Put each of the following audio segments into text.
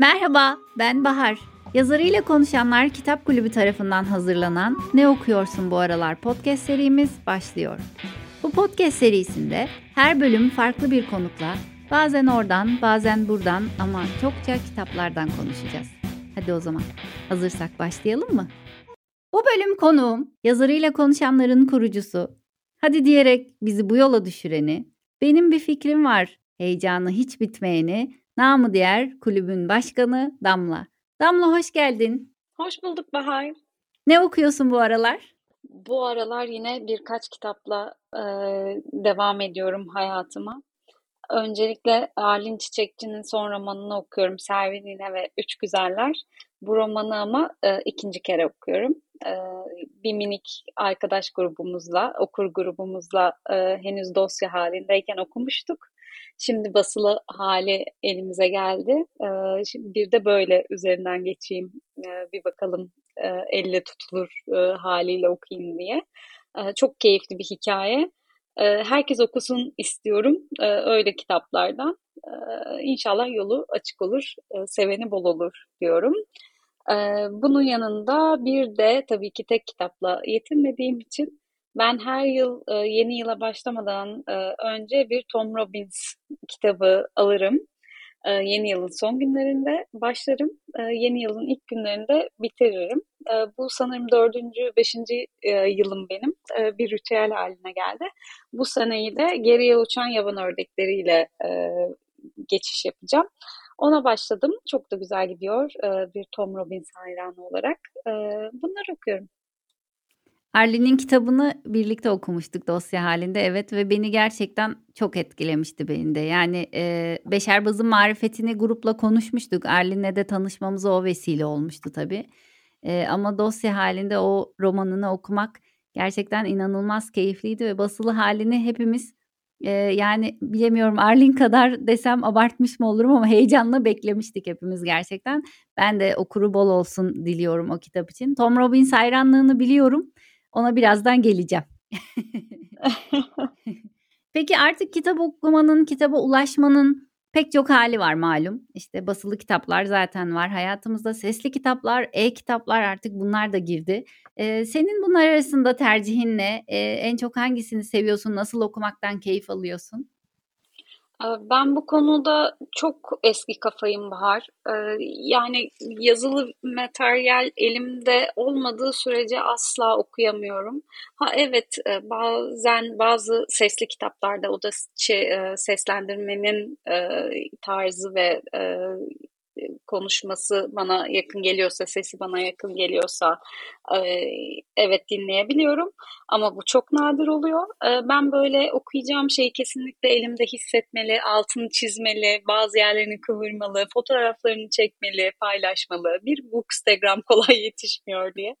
Merhaba, ben Bahar. Yazarıyla Konuşanlar Kitap Kulübü tarafından hazırlanan Ne Okuyorsun Bu Aralar podcast serimiz başlıyor. Bu podcast serisinde her bölüm farklı bir konukla, bazen oradan, bazen buradan ama çokça kitaplardan konuşacağız. Hadi o zaman, hazırsak başlayalım mı? Bu bölüm konuğum, Yazarıyla Konuşanlar'ın kurucusu, hadi diyerek bizi bu yola düşüreni, benim bir fikrim var, heyecanı hiç bitmeyeni, namı diğer kulübün başkanı Damla. Damla hoş geldin. Hoş bulduk Bahar. Ne okuyorsun bu aralar? Bu aralar yine birkaç kitapla devam ediyorum hayatıma. Öncelikle Arlin Çiçekçi'nin son romanını okuyorum. Servine ve Üç Güzeller. Bu romanı ama ikinci kere okuyorum. E, Bir minik arkadaş grubumuzla, okur grubumuzla henüz dosya halindeyken okumuştuk. Şimdi basılı hali elimize geldi. Şimdi bir de böyle üzerinden geçeyim. Bir bakalım elle tutulur haliyle okuyayım diye. Çok keyifli bir hikaye. Herkes okusun istiyorum öyle kitaplardan. İnşallah yolu açık olur, seveni bol olur diyorum. Bunun yanında bir de tabii ki tek kitapla yetinmediğim için ben her yıl yeni yıla başlamadan önce bir Tom Robbins kitabı alırım. Yeni yılın son günlerinde başlarım. Yeni yılın ilk günlerinde bitiririm. Bu sanırım dördüncü, beşinci yılım benim. Bir ritüel haline geldi. Bu seneyi de Geriye Uçan Yaban Ördekleriyle geçiş yapacağım. Ona başladım. Çok da güzel gidiyor. Bir Tom Robbins hayranı olarak. Bunları okuyorum. Arlin'in kitabını birlikte okumuştuk dosya halinde, evet, ve beni gerçekten çok etkilemişti beni de. Yani Beşerbaz'ın Marifetini grupla konuşmuştuk. Arlin'le de tanışmamıza o vesile olmuştu tabii. Ama dosya halinde o romanını okumak gerçekten inanılmaz keyifliydi ve basılı halini hepimiz yani bilemiyorum Arlin kadar desem abartmış mı olurum ama heyecanla beklemiştik hepimiz gerçekten. Ben de okuru bol olsun diliyorum o kitap için. Tom Robbins hayranlığını biliyorum. Ona birazdan geleceğim. Peki artık kitap okumanın, kitaba ulaşmanın pek çok hali var malum. İşte basılı kitaplar zaten var hayatımızda. Sesli kitaplar, e-kitaplar artık bunlar da girdi. Senin bunlar arasında tercihin ne? En çok hangisini seviyorsun? Nasıl okumaktan keyif alıyorsun? Ben bu konuda çok eski kafayım Bahar. Yani yazılı materyal elimde olmadığı sürece asla okuyamıyorum. Ha evet, bazen bazı sesli kitaplarda o da seslendirmenin tarzı ve konuşması bana yakın geliyorsa, sesi bana yakın geliyorsa evet dinleyebiliyorum. Ama bu çok nadir oluyor. Ben böyle okuyacağım şeyi kesinlikle elimde hissetmeli, altını çizmeli, bazı yerlerini kıvırmalı, fotoğraflarını çekmeli, paylaşmalı. Bir Bookstagram kolay yetişmiyor diye.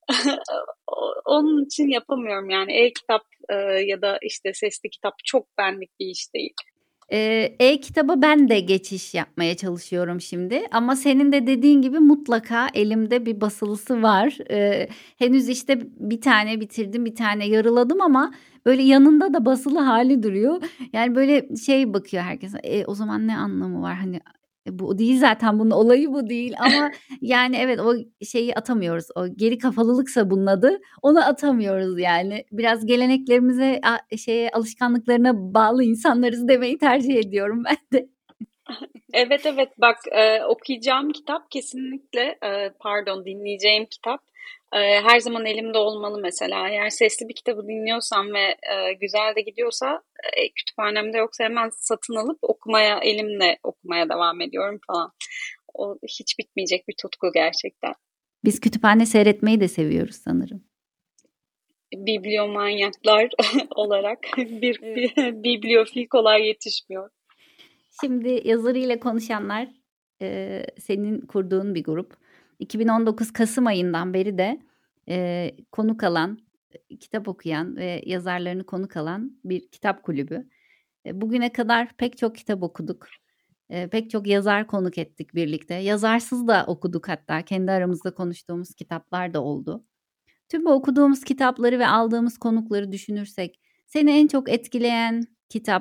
Onun için yapamıyorum yani e-kitap ya da işte sesli kitap çok benlik bir iş değil. E-kitaba ben de geçiş yapmaya çalışıyorum şimdi ama senin de dediğin gibi mutlaka elimde bir basılısı var. Henüz işte bir tane bitirdim, bir tane yarıladım ama böyle yanında da basılı hali duruyor. Yani böyle şey bakıyor herkes. O zaman ne anlamı var? Hani bu değil zaten bunun olayı bu değil ama yani evet o şeyi atamıyoruz. O geri kafalılıksa bunun adı. Onu atamıyoruz yani. Biraz geleneklerimize, şeye, alışkanlıklarına bağlı insanlarız demeyi tercih ediyorum ben de. Evet evet bak okuyacağım kitap kesinlikle pardon dinleyeceğim kitap her zaman elimde olmalı mesela. Eğer sesli bir kitabı dinliyorsam ve güzel de gidiyorsa kütüphanemde yoksa hemen satın alıp okumaya elimle okumaya devam ediyorum falan. O hiç bitmeyecek bir tutku gerçekten. Biz kütüphane seyretmeyi de seviyoruz sanırım. Bibliomanyaklar olarak Evet. bibliofil kolay yetişmiyor. Şimdi Yazarıyla Konuşanlar senin kurduğun bir grup. 2019 Kasım ayından beri de konuk alan, kitap okuyan ve yazarlarını konuk alan bir kitap kulübü. Bugüne kadar pek çok kitap okuduk. Pek çok yazar konuk ettik birlikte. Yazarsız da okuduk hatta. Kendi aramızda konuştuğumuz kitaplar da oldu. Tüm bu okuduğumuz kitapları ve aldığımız konukları düşünürsek seni en çok etkileyen kitap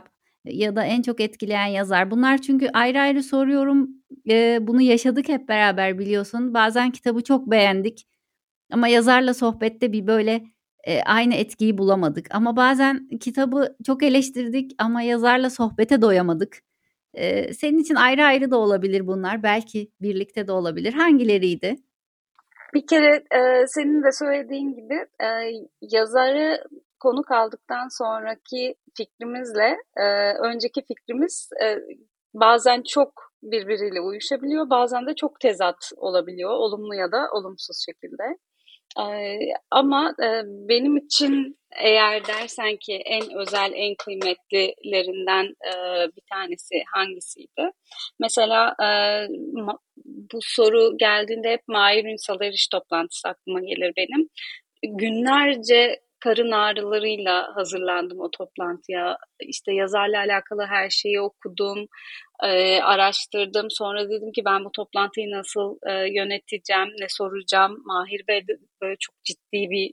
ya da en çok etkileyen yazar. Bunlar çünkü ayrı ayrı soruyorum. Bunu yaşadık hep beraber biliyorsun. Bazen kitabı çok beğendik ama yazarla sohbette bir böyle aynı etkiyi bulamadık. Ama bazen kitabı çok eleştirdik ama yazarla sohbete doyamadık. Senin için ayrı ayrı da olabilir bunlar. Belki birlikte de olabilir. Hangileriydi? Bir kere senin de söylediğin gibi yazarı konuk aldıktan sonraki fikrimizle önceki fikrimiz bazen çok birbiriyle uyuşabiliyor, bazen de çok tezat olabiliyor, olumlu ya da olumsuz şekilde. Ama benim için eğer dersen ki en özel, en kıymetlilerinden bir tanesi hangisiydi? Mesela bu soru geldiğinde hep Mahir Ünsal Eriş toplantısı aklıma gelir benim. Günlerce karın ağrılarıyla hazırlandım o toplantıya. İşte yazarla alakalı her şeyi okudum, araştırdım. Sonra dedim ki ben bu toplantıyı nasıl yöneteceğim, ne soracağım. Mahir Bey de böyle çok ciddi bir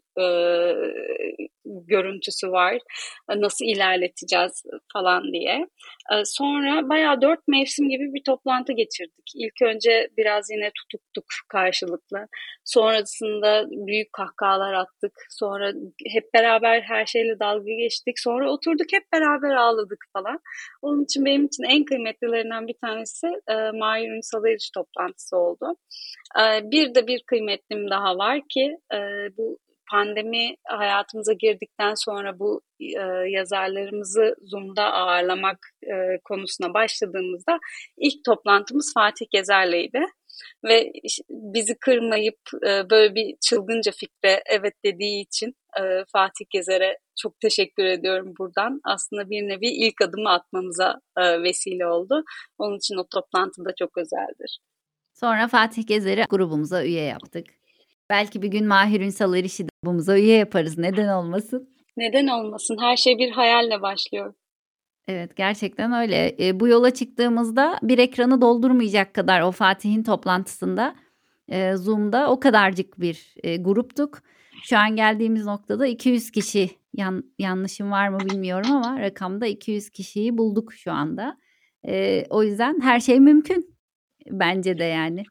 görüntüsü var. Nasıl ilerleteceğiz falan diye. Sonra bayağı 4 mevsim gibi bir toplantı geçirdik. İlk önce biraz yine tutuktuk karşılıklı. Sonrasında büyük kahkahalar attık. Sonra hep beraber her şeyle dalga geçtik. Sonra oturduk hep beraber ağladık falan. Onun için benim için en kıymetlilerinden bir tanesi Mahir Ünsal Eriş toplantısı oldu. Bir kıymetlim daha var ki bu pandemi hayatımıza girdikten sonra bu yazarlarımızı Zoom'da ağırlamak konusuna başladığımızda ilk toplantımız Fatih Gezer'leydi. Ve bizi kırmayıp böyle bir çılgınca fikre evet dediği için Fatih Gezer'e çok teşekkür ediyorum buradan. Aslında bir nevi ilk adımı atmamıza vesile oldu. Onun için o toplantı da çok özeldir. Sonra Fatih Gezer'i grubumuza üye yaptık. Belki bir gün Mahir Ünsal Eriş'i de grubumuza üye yaparız. Neden olmasın? Neden olmasın? Her şey bir hayalle başlıyor. Evet, gerçekten öyle. Bu yola çıktığımızda bir ekranı doldurmayacak kadar o Fatih'in toplantısında Zoom'da o kadarcık bir gruptuk. Şu an geldiğimiz noktada 200 kişi yanlışım var mı bilmiyorum ama rakamda 200 kişiyi bulduk şu anda. O yüzden her şey mümkün bence de yani.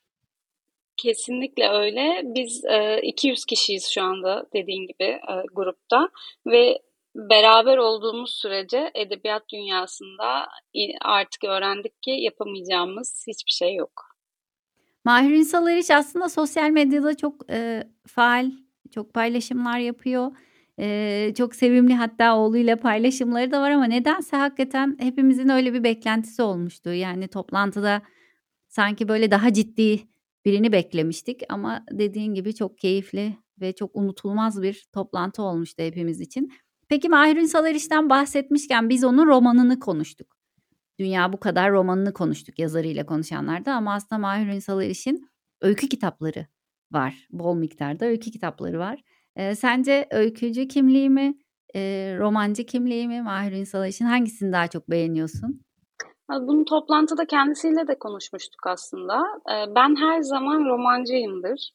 Kesinlikle öyle. Biz 200 kişiyiz şu anda dediğin gibi grupta ve beraber olduğumuz sürece edebiyat dünyasında artık öğrendik ki yapamayacağımız hiçbir şey yok. Mahir Ünsal Eriş aslında sosyal medyada çok faal, çok paylaşımlar yapıyor. Çok sevimli hatta oğluyla paylaşımları da var ama nedense hakikaten hepimizin öyle bir beklentisi olmuştu. Yani toplantıda sanki böyle daha ciddi birini beklemiştik ama dediğin gibi çok keyifli ve çok unutulmaz bir toplantı olmuştu hepimiz için. Peki Mahir Ünsal Eriş'ten bahsetmişken biz onun romanını konuştuk. Dünya Bu Kadar romanını konuştuk yazarıyla konuşanlarda ama aslında Mahir Ünsal Eriş'in öykü kitapları var. Bol miktarda öykü kitapları var. Sence öykücü kimliği mi, romancı kimliği mi Mahir Ünsal Eriş'in hangisini daha çok beğeniyorsun? Bunu toplantıda kendisiyle de konuşmuştuk aslında. Ben her zaman romancıyımdır.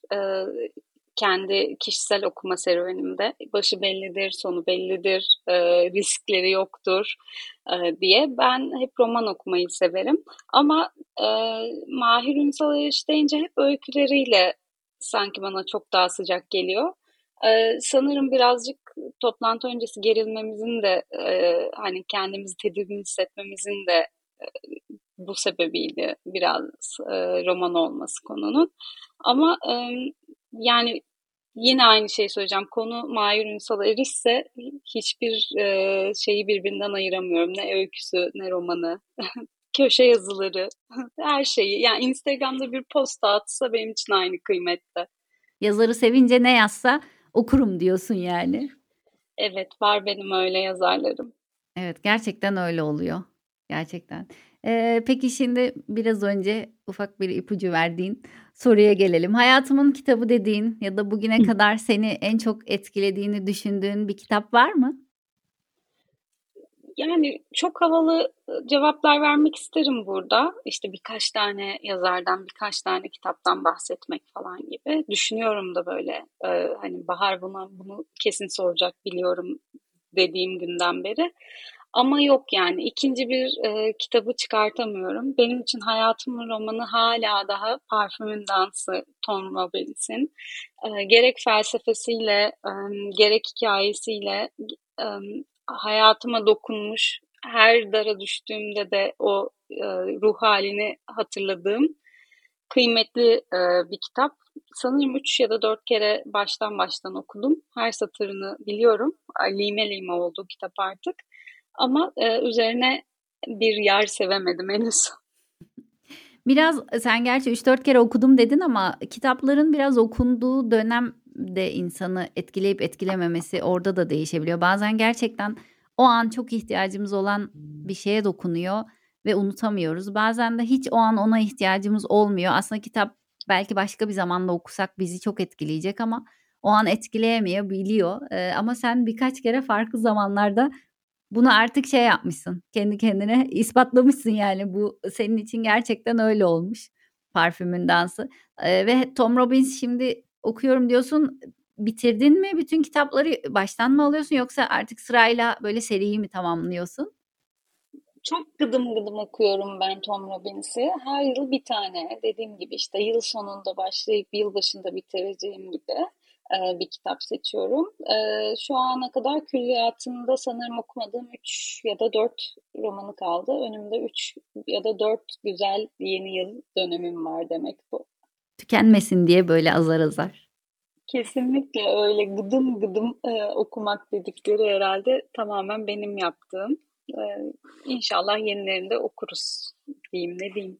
Kendi kişisel okuma serüvenimde. Başı bellidir, sonu bellidir, riskleri yoktur diye. Ben hep roman okumayı severim. Ama Mahir Ünsal Eriş deyince hep öyküleriyle sanki bana çok daha sıcak geliyor. Sanırım birazcık toplantı öncesi gerilmemizin de hani kendimizi tedirgin hissetmemizin de bu sebebiydi biraz roman olması konunun. Ama yani yine aynı şeyi söyleyeceğim. Konu Mahir Ünsal Eriş'se hiçbir şeyi birbirinden ayıramıyorum. Ne öyküsü ne romanı. Köşe yazıları, her şeyi. Yani Instagram'da bir post atsa benim için aynı kıymette. Yazarı sevince ne yazsa okurum diyorsun yani. Evet, var benim öyle yazarlarım. Evet, gerçekten öyle oluyor. Gerçekten. Peki şimdi biraz önce ufak bir ipucu verdiğin soruya gelelim. Hayatımın kitabı dediğin ya da bugüne kadar seni en çok etkilediğini düşündüğün bir kitap var mı? Yani çok havalı cevaplar vermek isterim burada. İşte birkaç tane yazardan, birkaç tane kitaptan bahsetmek falan gibi. Düşünüyorum da böyle hani Bahar bunu kesin soracak biliyorum dediğim günden beri. Ama yok yani ikinci bir kitabı çıkartamıyorum. Benim için hayatımın romanı hala daha Parfümün Dansı Tom Robbins'in. Gerek felsefesiyle, gerek hikayesiyle e, hayatıma dokunmuş. Her dara düştüğümde de o ruh halini hatırladığım kıymetli bir kitap. Sanırım 3 ya da 4 kere baştan okudum. Her satırını biliyorum. Lime lime oldu kitap artık. Ama üzerine bir yer sevemedim henüz. Biraz sen gerçi 3-4 kere okudum dedin ama kitapların biraz okunduğu dönem de insanı etkileyip etkilememesi orada da değişebiliyor. Bazen gerçekten o an çok ihtiyacımız olan bir şeye dokunuyor ve unutamıyoruz. Bazen de hiç o an ona ihtiyacımız olmuyor. Aslında kitap belki başka bir zamanda okusak bizi çok etkileyecek ama o an etkileyemeyebiliyor. Ama sen birkaç kere farklı zamanlarda bunu artık şey yapmışsın. Kendi kendine ispatlamışsın yani bu senin için gerçekten öyle olmuş. Parfümün Dansı. Ve Tom Robbins şimdi okuyorum diyorsun. Bitirdin mi bütün kitapları baştan mı alıyorsun yoksa artık sırayla böyle seriyi mi tamamlıyorsun? Çok gıdım gıdım okuyorum ben Tom Robbins'i. Her yıl bir tane. Dediğim gibi işte yıl sonunda başlayıp yıl başında bitireceğim gibi bir kitap seçiyorum. Şu ana kadar külliyatımda sanırım okumadığım 3 ya da 4 romanı kaldı. Önümde 3 ya da 4 güzel yeni yıl dönemim var demek bu. Tükenmesin diye böyle azar azar. Kesinlikle öyle gıdım gıdım okumak dedikleri herhalde tamamen benim yaptığım. E, İnşallah yenilerini de okuruz diyeyim ne diyeyim.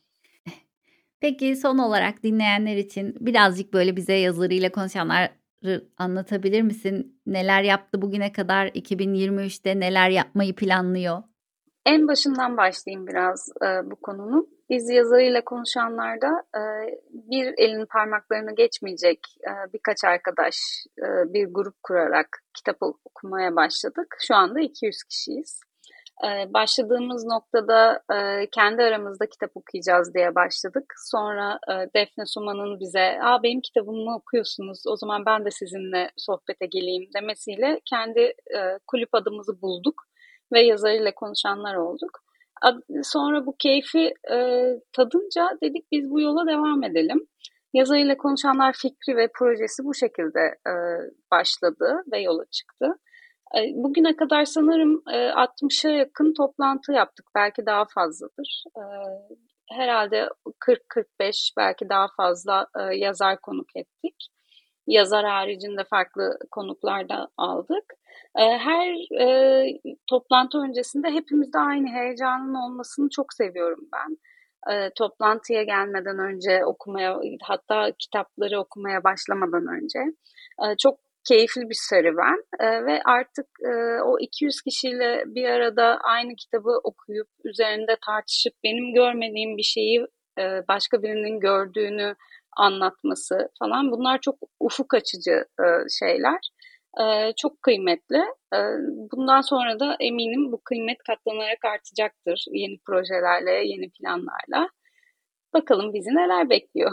Peki son olarak dinleyenler için birazcık böyle bize yazarıyla konuşanları anlatabilir misin? Neler yaptı bugüne kadar? 2023'te neler yapmayı planlıyor? En başından başlayayım biraz bu konunun. Biz yazarıyla konuşanlarda bir elin parmaklarını geçmeyecek birkaç arkadaş bir grup kurarak kitap okumaya başladık. Şu anda 200 kişiyiz. Başladığımız noktada kendi aramızda kitap okuyacağız diye başladık. Sonra Defne Suma'nın bize benim kitabımı okuyorsunuz o zaman ben de sizinle sohbete geleyim demesiyle kendi kulüp adımızı bulduk ve yazarıyla konuşanlar olduk. Sonra bu keyfi tadınca dedik biz bu yola devam edelim. Yazarıyla konuşanlar fikri ve projesi bu şekilde başladı ve yola çıktı. Bugüne kadar sanırım 60'a yakın toplantı yaptık. Belki daha fazladır. Herhalde 40-45 belki daha fazla yazar konuk ettik. Yazar haricinde farklı konuklar da aldık. Her toplantı öncesinde hepimizde aynı heyecanın olmasını çok seviyorum ben. Toplantıya gelmeden önce okumaya, hatta kitapları okumaya başlamadan önce. Çok keyifli bir serüven ve artık o 200 kişiyle bir arada aynı kitabı okuyup üzerinde tartışıp benim görmediğim bir şeyi başka birinin gördüğünü anlatması falan bunlar çok ufuk açıcı şeyler. Çok kıymetli. Bundan sonra da eminim bu kıymet katlanarak artacaktır yeni projelerle, yeni planlarla. Bakalım bizi neler bekliyor.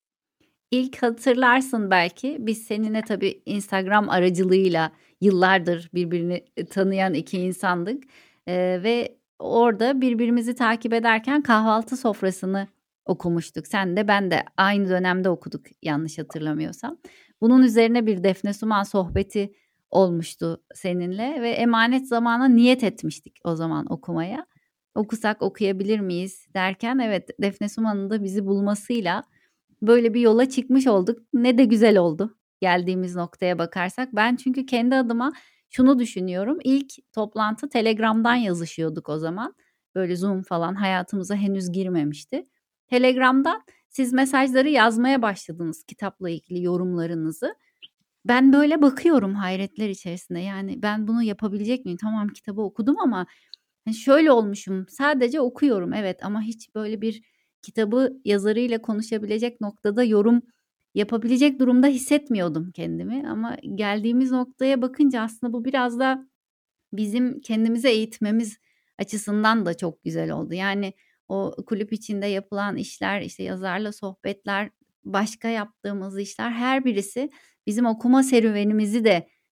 İlk hatırlarsın belki biz seninle tabii Instagram aracılığıyla yıllardır birbirini tanıyan iki insandık. Ve orada birbirimizi takip ederken kahvaltı sofrasını okumuştuk. Sen de ben de aynı dönemde okuduk yanlış hatırlamıyorsam. Bunun üzerine bir Defne Suman sohbeti olmuştu seninle ve emanet zamana niyet etmiştik o zaman okumaya. Okusak okuyabilir miyiz derken evet Defne Suman'ın da bizi bulmasıyla böyle bir yola çıkmış olduk. Ne de güzel oldu geldiğimiz noktaya bakarsak. Ben çünkü kendi adıma şunu düşünüyorum. İlk toplantı Telegram'dan yazışıyorduk o zaman. Böyle Zoom falan hayatımıza henüz girmemişti. Telegram'dan siz mesajları yazmaya başladınız kitapla ilgili yorumlarınızı. Ben böyle bakıyorum hayretler içerisinde. Yani ben bunu yapabilecek miyim? Tamam kitabı okudum ama şöyle olmuşum. Sadece okuyorum evet ama hiç böyle bir kitabı yazarıyla konuşabilecek noktada yorum yapabilecek durumda hissetmiyordum kendimi. Ama geldiğimiz noktaya bakınca aslında bu biraz da bizim kendimize eğitmemiz açısından da çok güzel oldu. Yani o kulüp içinde yapılan işler, işte yazarla sohbetler, başka yaptığımız işler her birisi bizim okuma serüvenimizi de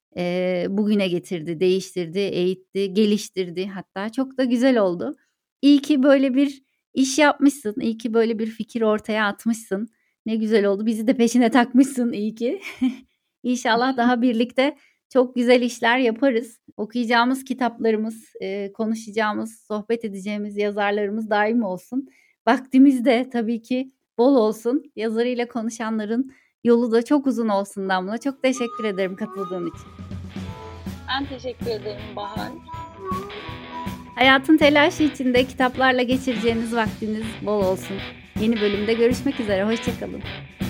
bugüne getirdi, değiştirdi, eğitti, geliştirdi hatta. Çok da güzel oldu. İyi ki böyle bir iş yapmışsın, iyi ki böyle bir fikir ortaya atmışsın. Ne güzel oldu. Bizi de peşine takmışsın iyi ki. İnşallah daha birlikte çok güzel işler yaparız. Okuyacağımız kitaplarımız, konuşacağımız, sohbet edeceğimiz yazarlarımız daim olsun. Vaktimiz de tabii ki bol olsun. Yazarıyla konuşanların yolu da çok uzun olsun Damla. Çok teşekkür ederim katıldığın için. Ben teşekkür ederim Bahar. Hayatın telaşı içinde kitaplarla geçireceğiniz vaktiniz bol olsun. Yeni bölümde görüşmek üzere. Hoşça kalın.